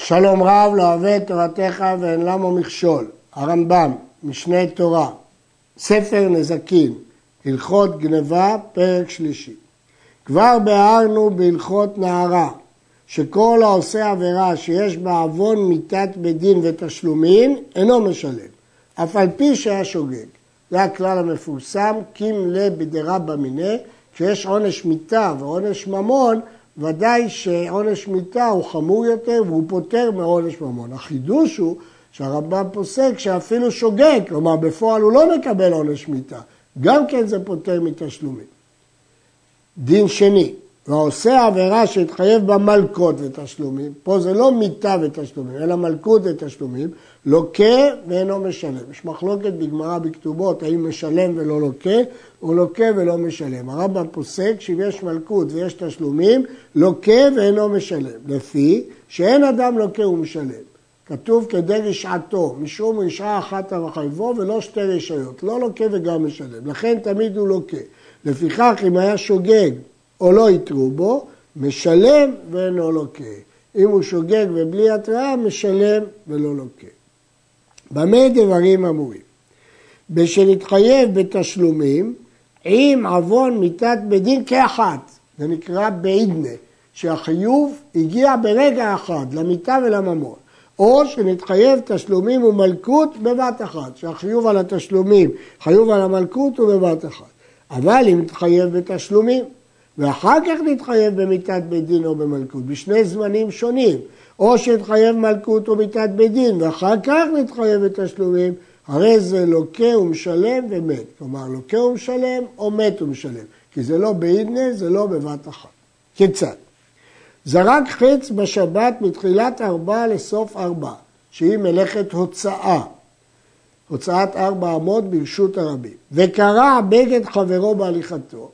שלום רב לא אוהב את תורתך ואין למה מכשול. הרמב"ם, משנה תורה, ספר נזקין, הלכות גנבה, פרק שלישי. כבר ביארנו בהלכות נערה, שכל העושה עבירה שיש בה עוון מיתת בדין ותשלומים, אינו משלם, אף על פי שהיה שוגג. זה הכלל המפורסם, קים לבדרה במיניה, כשיש עונש מיתה ועונש ממון, ודאי שעונש מיתה הוא חמור יותר והוא פותר מעונש ממון. החידוש הוא שהרמב"ם פוסק שאפילו שוגג, כלומר בפועל הוא לא מקבל עונש מיתה, גם כן זה פותר מתשלומים. דין שני, והעושה עבירה שהתחייב במלקות ותשלומים, פה זה לא מיתה ותשלומים, אלא מלקות ותשלומים, לוקה ואינו משלם. יש מחלוקת בגמרא בכתובות, האם משלם ולא לוקה, או לוקה ולא משלם. הרמב"ם פוסק שאם יש מלקות ויש תשלומים, לוקה ואינו משלם. לפי שאין אדם לוקה ומשלם. כתוב כדי רשעתו, משום רשעה אחת המחייבו ולא שתי רשעיות. לא לוקה וגם משלם. לכן תמיד הוא לוקה. לפיכך אם היה שוגג או לא יתרו בו, משלם ואינו לוקה. אם הוא שוגג ובלי התראה, משלם ולא לוקה. במה דברים אמורים? בשנתחייב בתשלומים, עם עוון מיתת בדין כאחת. זה נקרא בעידנה, שהחיוב הגיע ברגע אחד, למיתה ולממון. או שנתחייב תשלומים ומלכות בבת אחת, שהחיוב על התשלומים, חיוב על המלכות הוא בבת אחת. אבל אם נתחייב בתשלומים, ואחר כך נתחייב במיתת בדין או במלכות, בשני זמנים שונים, או שנתחייב מלכות או מיתת בדין, ואחר כך נתחייב בתשלומים, הרי זה לוקה ומשלם ומת. כלומר, לוקה ומשלם או מת ומשלם, כי זה לא בעידנה, זה לא בבת אחת. כיצד? זרק חץ בשבת מתחילת 4 לסוף 4, שהיא מלאכת הוצאה. הוצאת 4 אמות ברשות הרבים. וקרע בגד חברו בהליכתו,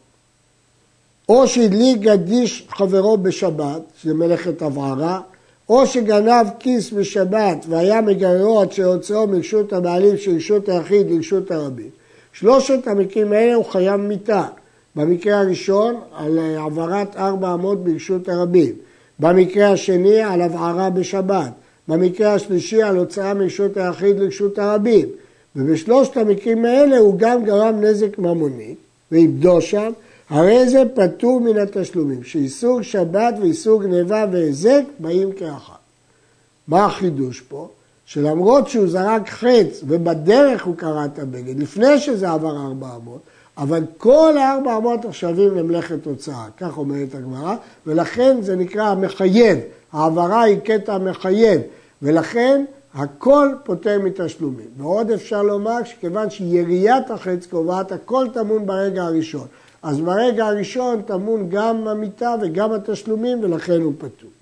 או שהדליק גדיש חברו בשבת, שזה מלאכת הבערה, או שגנב כיס בשבת והיה מגררו עד שהוצאו מרשות הבעלים של רשות היחיד לרשות הרבים. 3 המקרים האלה הוא חייב מיתה. במקרה הראשון על העברת 4 אמות ברשות הרבים. במקרה השני על הבערה בשבת. במקרה השלישי על הוצאה מרשות היחיד לרשות הרבים. ובשלושת המקרים האלה הוא גם גרם נזק ממוני ואיבדו שם. הרי זה פטור מן התשלומים, שאיסור שבת ואיסור גניבה והזק באים כאחד. מה החידוש פה? שלמרות שהוא זרק חץ ובדרך הוא קרע את הבגד, לפני שזה עבר 400, אבל כל 400 נחשבים למלאכת הוצאה, כך אומרת הגמרא, ולכן זה נקרא המחייב, העברה היא קטע מחייב, ולכן הכל פותר מתשלומים. ועוד אפשר לומר שכיוון שיריית החץ קובעת, הכל טמון ברגע הראשון. אז ברגע הראשון טמון גם המיתה וגם התשלומים ולכן הוא פטור.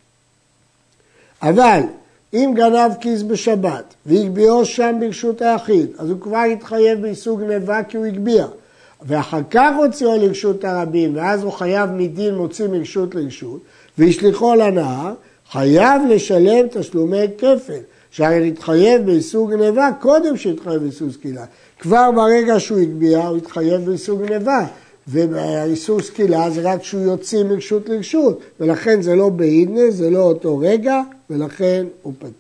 אבל אם גנב כיס בשבת והגביעו שם ברשות היחיד, אז הוא כבר יתחייב באיסור גניבה כי הוא הגביע. ואחר כך הוציאו לרשות הרבים ואז הוא חייב מדין מוציא מרשות לרשות והשליחו לנהר, חייב לשלם תשלומי כפל. שהרי להתחייב באיסור גניבה קודם שהתחייב באיסור סקילה. כבר ברגע שהוא הגביע הוא התחייב באיסור גניבה. ובאיסור סקילה זה רק שהוא יוציא מרשות לרשות, ולכן זה לא בעידנה, זה לא אותו רגע, ולכן הוא פטור.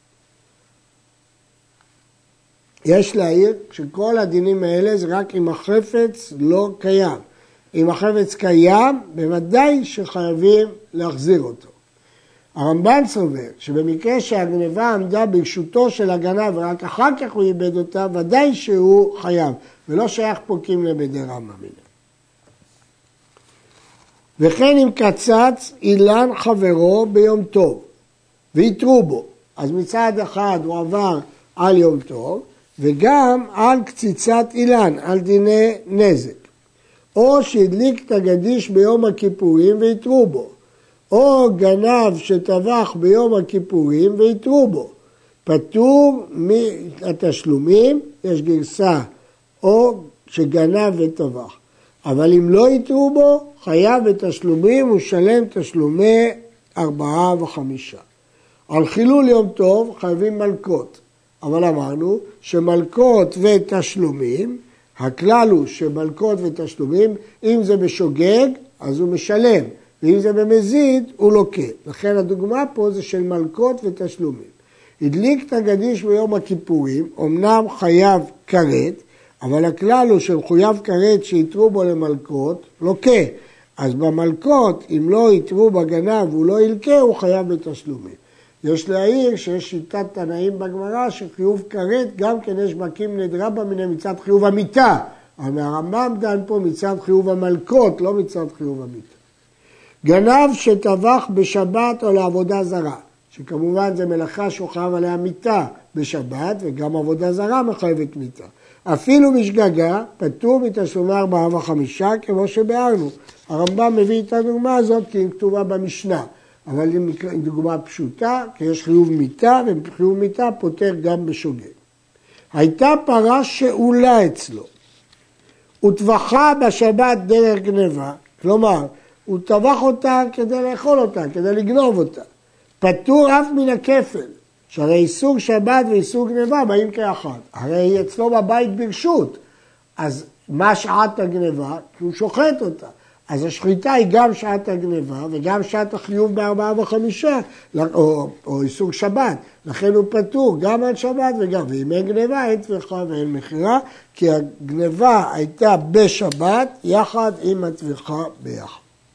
יש להעיר שכל הדינים האלה זה רק אם החפץ לא קיים. אם החפץ קיים, בוודאי שחייבים להחזיר אותו. הרמב"ן סובר שבמקרה שהגנבה עמדה ברשותו של הגנב ורק אחר כך הוא איבד אותה, ודאי שהוא חייב, ולא שייך פוקים לבדרה ממנה. וכן אם קצץ אילן חברו ביום טוב ויתרו בו, אז מצד אחד הוא עבר על יום טוב וגם על קציצת אילן, על דיני נזק. או שהדליק את הגדיש ביום הכיפורים ויתרו בו, או גנב שטבח ביום הכיפורים ויתרו בו. פטור מהתשלומים, יש גרסה, או שגנב וטבח. אבל אם לא יתרו בו, חייב בתשלומים ושלם תשלומי 4 ו5. על חילול יום טוב חייבים מלקות. אבל אמרנו שמלקות ותשלומים, הכלל הוא שמלקות ותשלומים, אם זה בשוגג, אז הוא משלם. ואם זה במזיד, הוא לוקה. לכן הדוגמה פה זה של מלקות ותשלומים. הדליק את הגדיש ביום הכיפורים, אמנם חייב כרת, אבל הכלל הוא שמחויב כרת שיתרו בו למלקות, לוקה. אז במלקות, אם לא יתרו בגנב והוא לא ילקה, הוא חייב בתשלומים. יש להעיר שיש שיטת תנאים בגמרא שחיוב כרת גם כן יש מקים נדרה במיני מצד חיוב המיטה. אבל הרמב"ם דן פה מצד חיוב המלקות, לא מצד חיוב המיטה. גנב שטבח בשבת או לעבודה זרה, שכמובן זה מלאכה שהוא חייב עליה מיטה בשבת וגם עבודה זרה מחייבת מיטה. אפילו בשגגה פטור מתשלומי 4 ו-5 כמו שבארנו. הרמב"ם מביא את הדוגמה הזאת כי היא כתובה במשנה. אבל היא דוגמה פשוטה, כי יש חיוב מיטה, וחיוב מיטה פותר גם בשוגג. הייתה פרה שאולה אצלו, וטבחה בשבת דרך גנבה, כלומר, הוא טבח אותה כדי לאכול אותה, כדי לגנוב אותה. פטור אף מן הכפל, שהרי איסור שבת ואיסור גנבה באים כאחד. הרי היא אצלו בבית ברשות, אז מה שעת הגנבה? כי הוא שוחט אותה. אז השחיטה היא גם שעת הגנבה וגם שעת החיוב ב4 ו-5 או איסור שבת. לכן הוא פטור גם על שבת וגם, ואם אין גנבה אין טביחה ואין מחירה, כי הגנבה הייתה בשבת יחד עם הטביחה ביחד.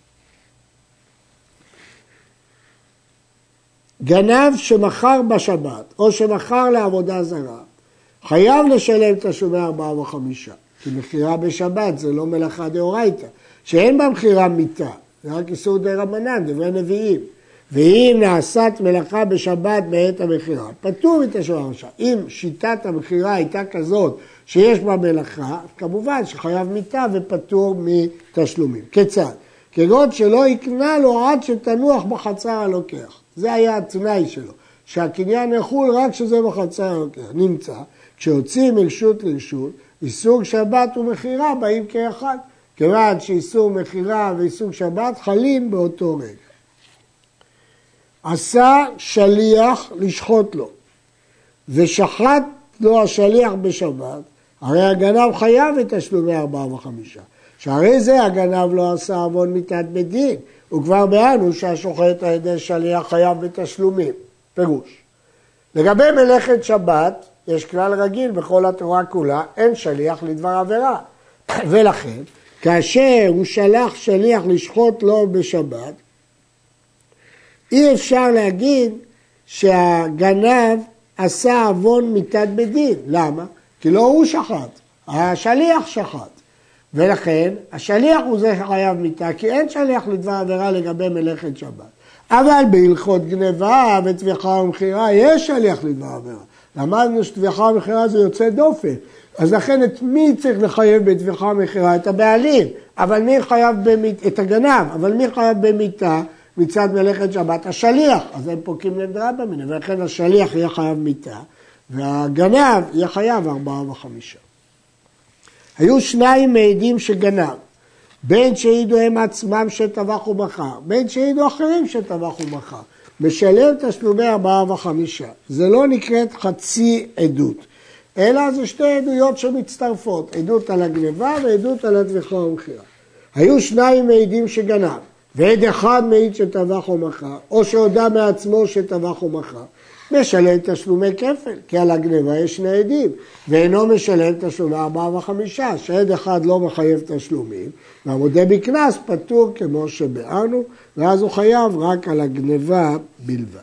גנב שמכר בשבת או שמכר לעבודה זרה, חייב לשלם תשלומי 4 ו-5, כי מחירה בשבת זה לא מלאכה דאורייתא. שאין בה מחירה מיתה, זה רק איסור די רבנן, דברי נביאים. ואם נעשת מלאכה בשבת בעת המחירה, פטור מתשלום הרשע. אם שיטת המחירה הייתה כזאת שיש בה מלאכה, כמובן שחייב מיתה ופטור מתשלומים. כיצד? כגון שלא יקנה לו עד שתנוח בחצר הלוקח. זה היה התנאי שלו, שהקניין יחול רק שזה בחצר הלוקח. נמצא, כשהוצאים מרשות לרשות, איסור שבת ומחירה באים כאחד. כיוון שאיסור מחירה ואיסור שבת חלים באותו רגע. עשה שליח לשחוט לו, ושחט לו השליח בשבת, הרי הגנב חייב את תשלומי 4 ו-5. שהרי זה הגנב לא עשה עוון מיתת בית דין, וכבר באנו שהשוחט על ידי שליח חייב בתשלומים. פירוש. לגבי מלאכת שבת, יש כלל רגיל בכל התורה כולה, אין שליח לדבר עבירה. ולכן, כאשר הוא שלח שליח לשחוט לו בשבת, אי אפשר להגיד שהגנב עשה עוון מיתת בית דין. למה? כי לא הוא שחט, השליח שחט. ולכן השליח הוא זה שחייב מיתה, כי אין שליח לדבר עבירה לגבי מלאכת שבת. אבל בהלכות גנבה וטביחה ומכירה יש שליח לדבר עבירה. למדנו שטביחה ומכירה זה יוצא דופן. אז לכן את מי צריך לחייב בטביחה ומכירה? את הבעלים. אבל מי חייב את הגנב? אבל מי חייב במיתה מצד מלאכת שבת? השליח. אז הם פוקים לדרה במינה, ולכן השליח יהיה חייב מיתה, והגנב יהיה חייב 4 ו-5. היו 2 מעידים שגנב, בין שהעידו הם עצמם שטבח ומכר, בין שהעידו אחרים שטבח ומכר. משלם תשלומי 4 ו-5. זה לא נקראת חצי עדות, אלא זה 2 עדויות שמצטרפות, עדות על הגנבה ועדות על הטביחה ומכירה. היו 2 מעידים שגנב, ועד אחד מעיד שטבח ומכר, או שהודה מעצמו שטבח ומכר. משלם תשלומי כפל, כי על הגנבה יש 2 עדים, ואינו משלם תשלומי 4 ו-5, שעד אחד לא מחייב תשלומים, והמודה בקנס פטור כמו שבארנו, ואז הוא חייב רק על הגנבה בלבד.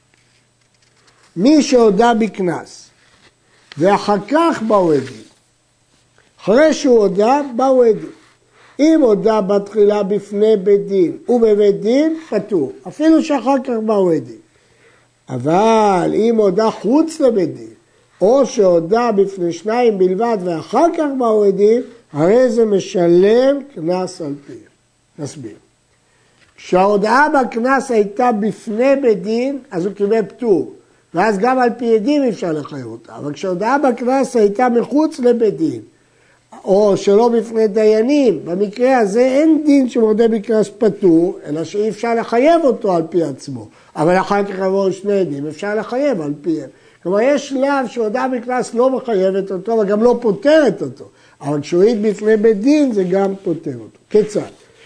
מי שהודה בקנס, ואחר כך באו עדים, אחרי שהוא הודה, באו עדים. אם הודה בתחילה בפני בית דין ובבית דין, פטור, אפילו שאחר כך באו עדים. אבל אם הודה חוץ לבית דין, או שהודה בפני 2 בלבד ואחר כך באו עדים, הרי זה משלם קנס על פיו. נסביר. כשההודעה בקנס הייתה בפני בית דין, אז הוא קיבל פטור. ואז גם על פי עדים אפשר לחייב אותה. אבל כשההודעה בקנס הייתה מחוץ לבית דין, או שלא בפני דיינים, במקרה הזה אין דין שמודה בקנס פטור, אלא שאי אפשר לחייב אותו על פי עצמו. אבל אחר כך יבואו 2 עדים, אפשר לחייב על פיהם. כלומר, יש שלב שהודעה בקנס לא מחייבת אותו, וגם לא פותרת אותו. אבל כשהוא העיד בפני בית דין, זה גם פותר אותו. כיצד?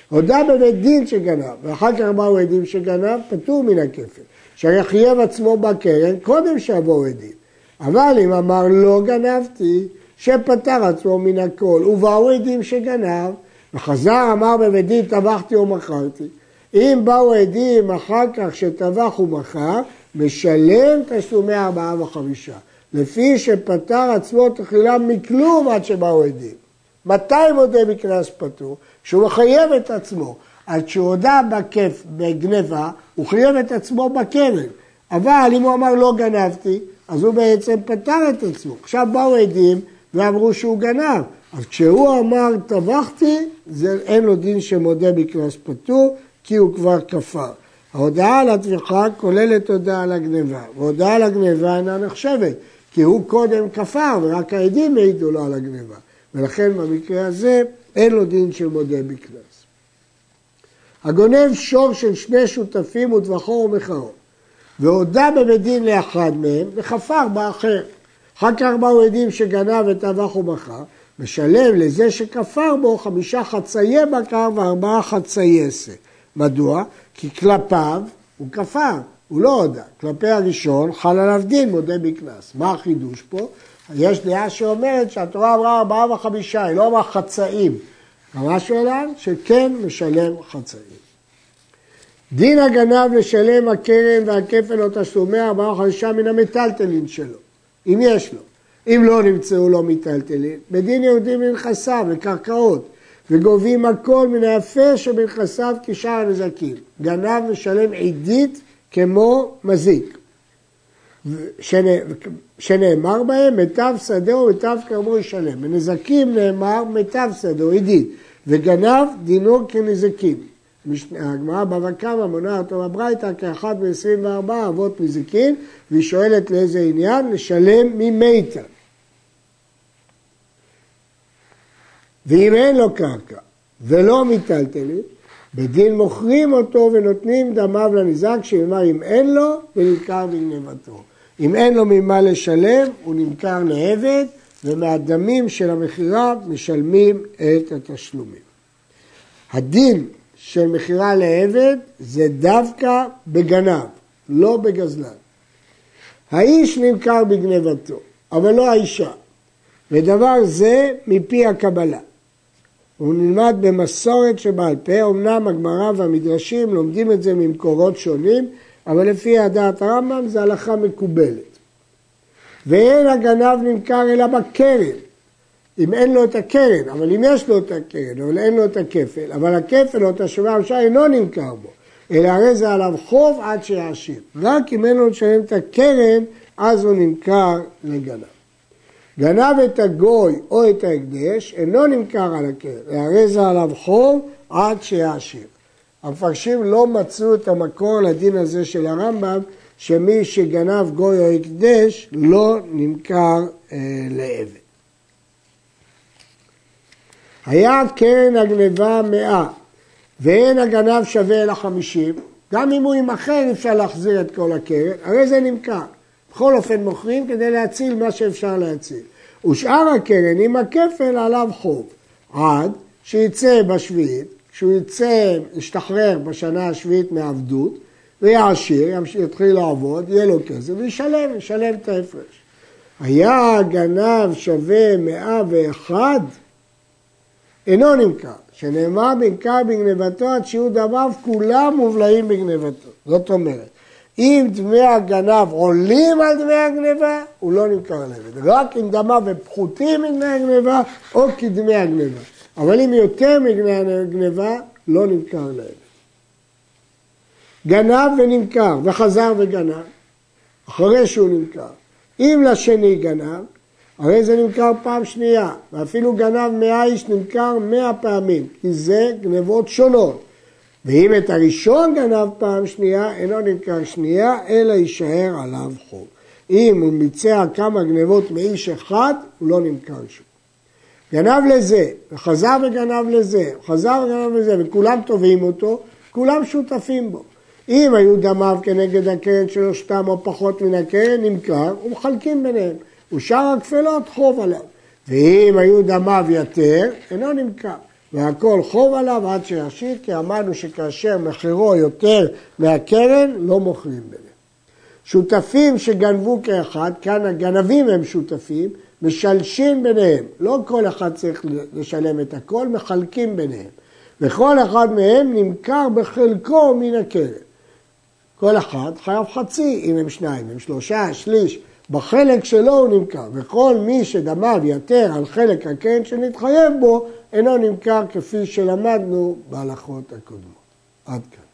הודה בבית דין שגנב, ואחר כך באו עדים שגנב, פטור מן הכפל. שהרי חייב עצמו בקרן קודם שיבואו עדים. אבל אם אמר לא גנבתי, שפטר עצמו מן הכל, ובאו עדים שגנב, וחזר אמר בבית דין טבחתי או מכרתי. אם באו עדים אחר כך שטבח ומכר, משלם תשלומי 4 ו5. לפי שפטר עצמו תחילה מכלום עד שבאו עדים. מתי מודה בקנס פטור? שהוא מחייב את עצמו. אז כשהוא הודה בגנבה, הוא חייב את עצמו בקרן. אבל אם הוא אמר לא גנבתי, אז הוא בעצם פטר את עצמו. עכשיו באו עדים ואמרו שהוא גנב. אז כשהוא אמר טבחתי, אין לו דין שמודה בקנס פטור, כי הוא כבר כפר. ההודעה על הטביחה כוללת הודעה על הגנבה. והודעה על הגנבה אינה נחשבת, כי הוא קודם כפר ורק העדים העידו לו על הגנבה. ולכן במקרה הזה אין לו דין של מודה בקנס. הגונב שור של 2 שותפים וטבחו ומכרו, והודה בבית דין לאחד מהם וכפר באחר. אחר כך באו עדים שגנב וטבח ומכר, משלם לזה שכפר בו 5 חצאי בקר ו4 חצאי עשה. מדוע? כי כלפיו הוא כפר, הוא לא הודה. כלפי הראשון חל עליו דין מודה בקנס. מה החידוש פה? יש דעה שאומרת שהתורה אמרה 4 ו5, היא לא אמרה חצאים. מה שאלה? שכן משלם חצאים. דין הגנב לשלם הקרן והכפל או תשלומי 4 ו5 מן המטלטלין שלו, אם יש לו. אם לא נמצאו לו מטלטלין, בדין יהודים מנכסיו וקרקעות, וגובים הכל מן היפה שבנכסיו כשאר הנזקים. גנב משלם עידית כמו מזיק. שנאמר בהם מיטב שדהו ומיטב כרמו ישלם. בנזקים נאמר מיטב שדהו עידית, וגנב דינו כנזקים. הגמרא בבא קמא מונה אותו בברייתא כאחד מ-24 אבות נזיקין, והיא שואלת לאיזה עניין? לשלם ממיתא. ואם אין לו קרקע ולא מיטלטלין, בדין מוכרים אותו ונותנים דמיו לנזק, שאומר אם אין לו ונמכר בגנבתו. אם אין לו ממה לשלם, הוא נמכר לעבד, ומהדמים של המכירה משלמים את התשלומים. הדין של מכירה לעבד זה דווקא בגנב, לא בגזלן. האיש נמכר בגנבתו, אבל לא האישה. ודבר זה מפי הקבלה. הוא נלמד במסורת שבעל פה, אמנם הגמרא והמדרשים לומדים את זה ממקורות שונים, אבל לפי הדעת הרמב"ם זה הלכה מקובלת. ואין הגנב נמכר אלא בקרן, אם אין לו את הקרן, אבל אם יש לו את הקרן, אבל אין לו את הכפל, אבל הכפל או תשלומי הרשעה אינו נמכר בו, אלא הרי זה עליו חוב עד שיעשיר. רק אם אין לו לשלם את הקרן, אז הוא נמכר לגנב. גנב את הגוי או את ההקדש, אינו נמכר על הקרן, הרי זה עליו חוב עד שיעשיר. המפרשים לא מצאו את המקור לדין הזה של הרמב"ם, שמי שגנב גוי או הקדש לא נמכר לעבד. היה קרן הגנבה 100, ואין הגנב שווה אלא 50, גם אם הוא ימכר אפשר להחזיר את כל הקרן, הרי זה נמכר. בכל אופן מוכרים כדי להציל מה שאפשר להציל. ושאר הקרן עם הכפל עליו חוב, עד שיצא בשביעית, כשהוא ישתחרר בשנה השביעית מעבדות, ויעשיר, יתחיל לעבוד, יהיה לו כסף, וישלם את ההפרש. היה הגנב שווה 101, אינו נמכר, שנאמר נמכר בגנבתו עד שיהיו דמיו כולם מובלעים בגנבתו. זאת אומרת, אם דמי הגנב עולים על דמי הגנבה, הוא לא נמכר לעבד. רק אם דמיו פחותים מדמי הגנבה, או כדמי הגנבה. אבל אם יותר מדמי הגנבה, לא נמכר לעבד. גנב ונמכר, וחזר וגנב, אחרי שהוא נמכר. אם לשני גנב, הרי זה נמכר פעם שנייה, ואפילו גנב 100 איש נמכר 100 פעמים, כי זה גנבות שונות. ואם את הראשון גנב פעם שנייה, אינו נמכר שנייה, אלא יישאר עליו חוב. אם הוא ביצע כמה גנבות מאיש אחד, הוא לא נמכר שוב. גנב לזה, וחזר וגנב לזה, וחזר וגנב לזה, וכולם תובעים אותו, כולם שותפים בו. אם היו דמיו כנגד הקרן שלו 2 או פחות מן הקרן, נמכר, ומחלקים ביניהם. ושאר הכפלות חוב עליו. ואם היו דמיו יותר, אינו נמכר. והכל חוב עליו עד שישית, כי אמרנו שכאשר מחירו יותר מהקרן, לא מוכרים ביניהם. שותפים שגנבו כאחד, כאן הגנבים הם שותפים, משלשים ביניהם. לא כל אחד צריך לשלם את הכל, מחלקים ביניהם. וכל אחד מהם נמכר בחלקו מן הקרן. כל אחד חייב חצי, אם הם שניים, הם שלושה, שליש. בחלק שלו הוא נמכר, וכל מי שדמיו יתר על חלק הקרן שנתחייב בו, אינו נמכר כפי שלמדנו בהלכות הקודמות. עד כאן.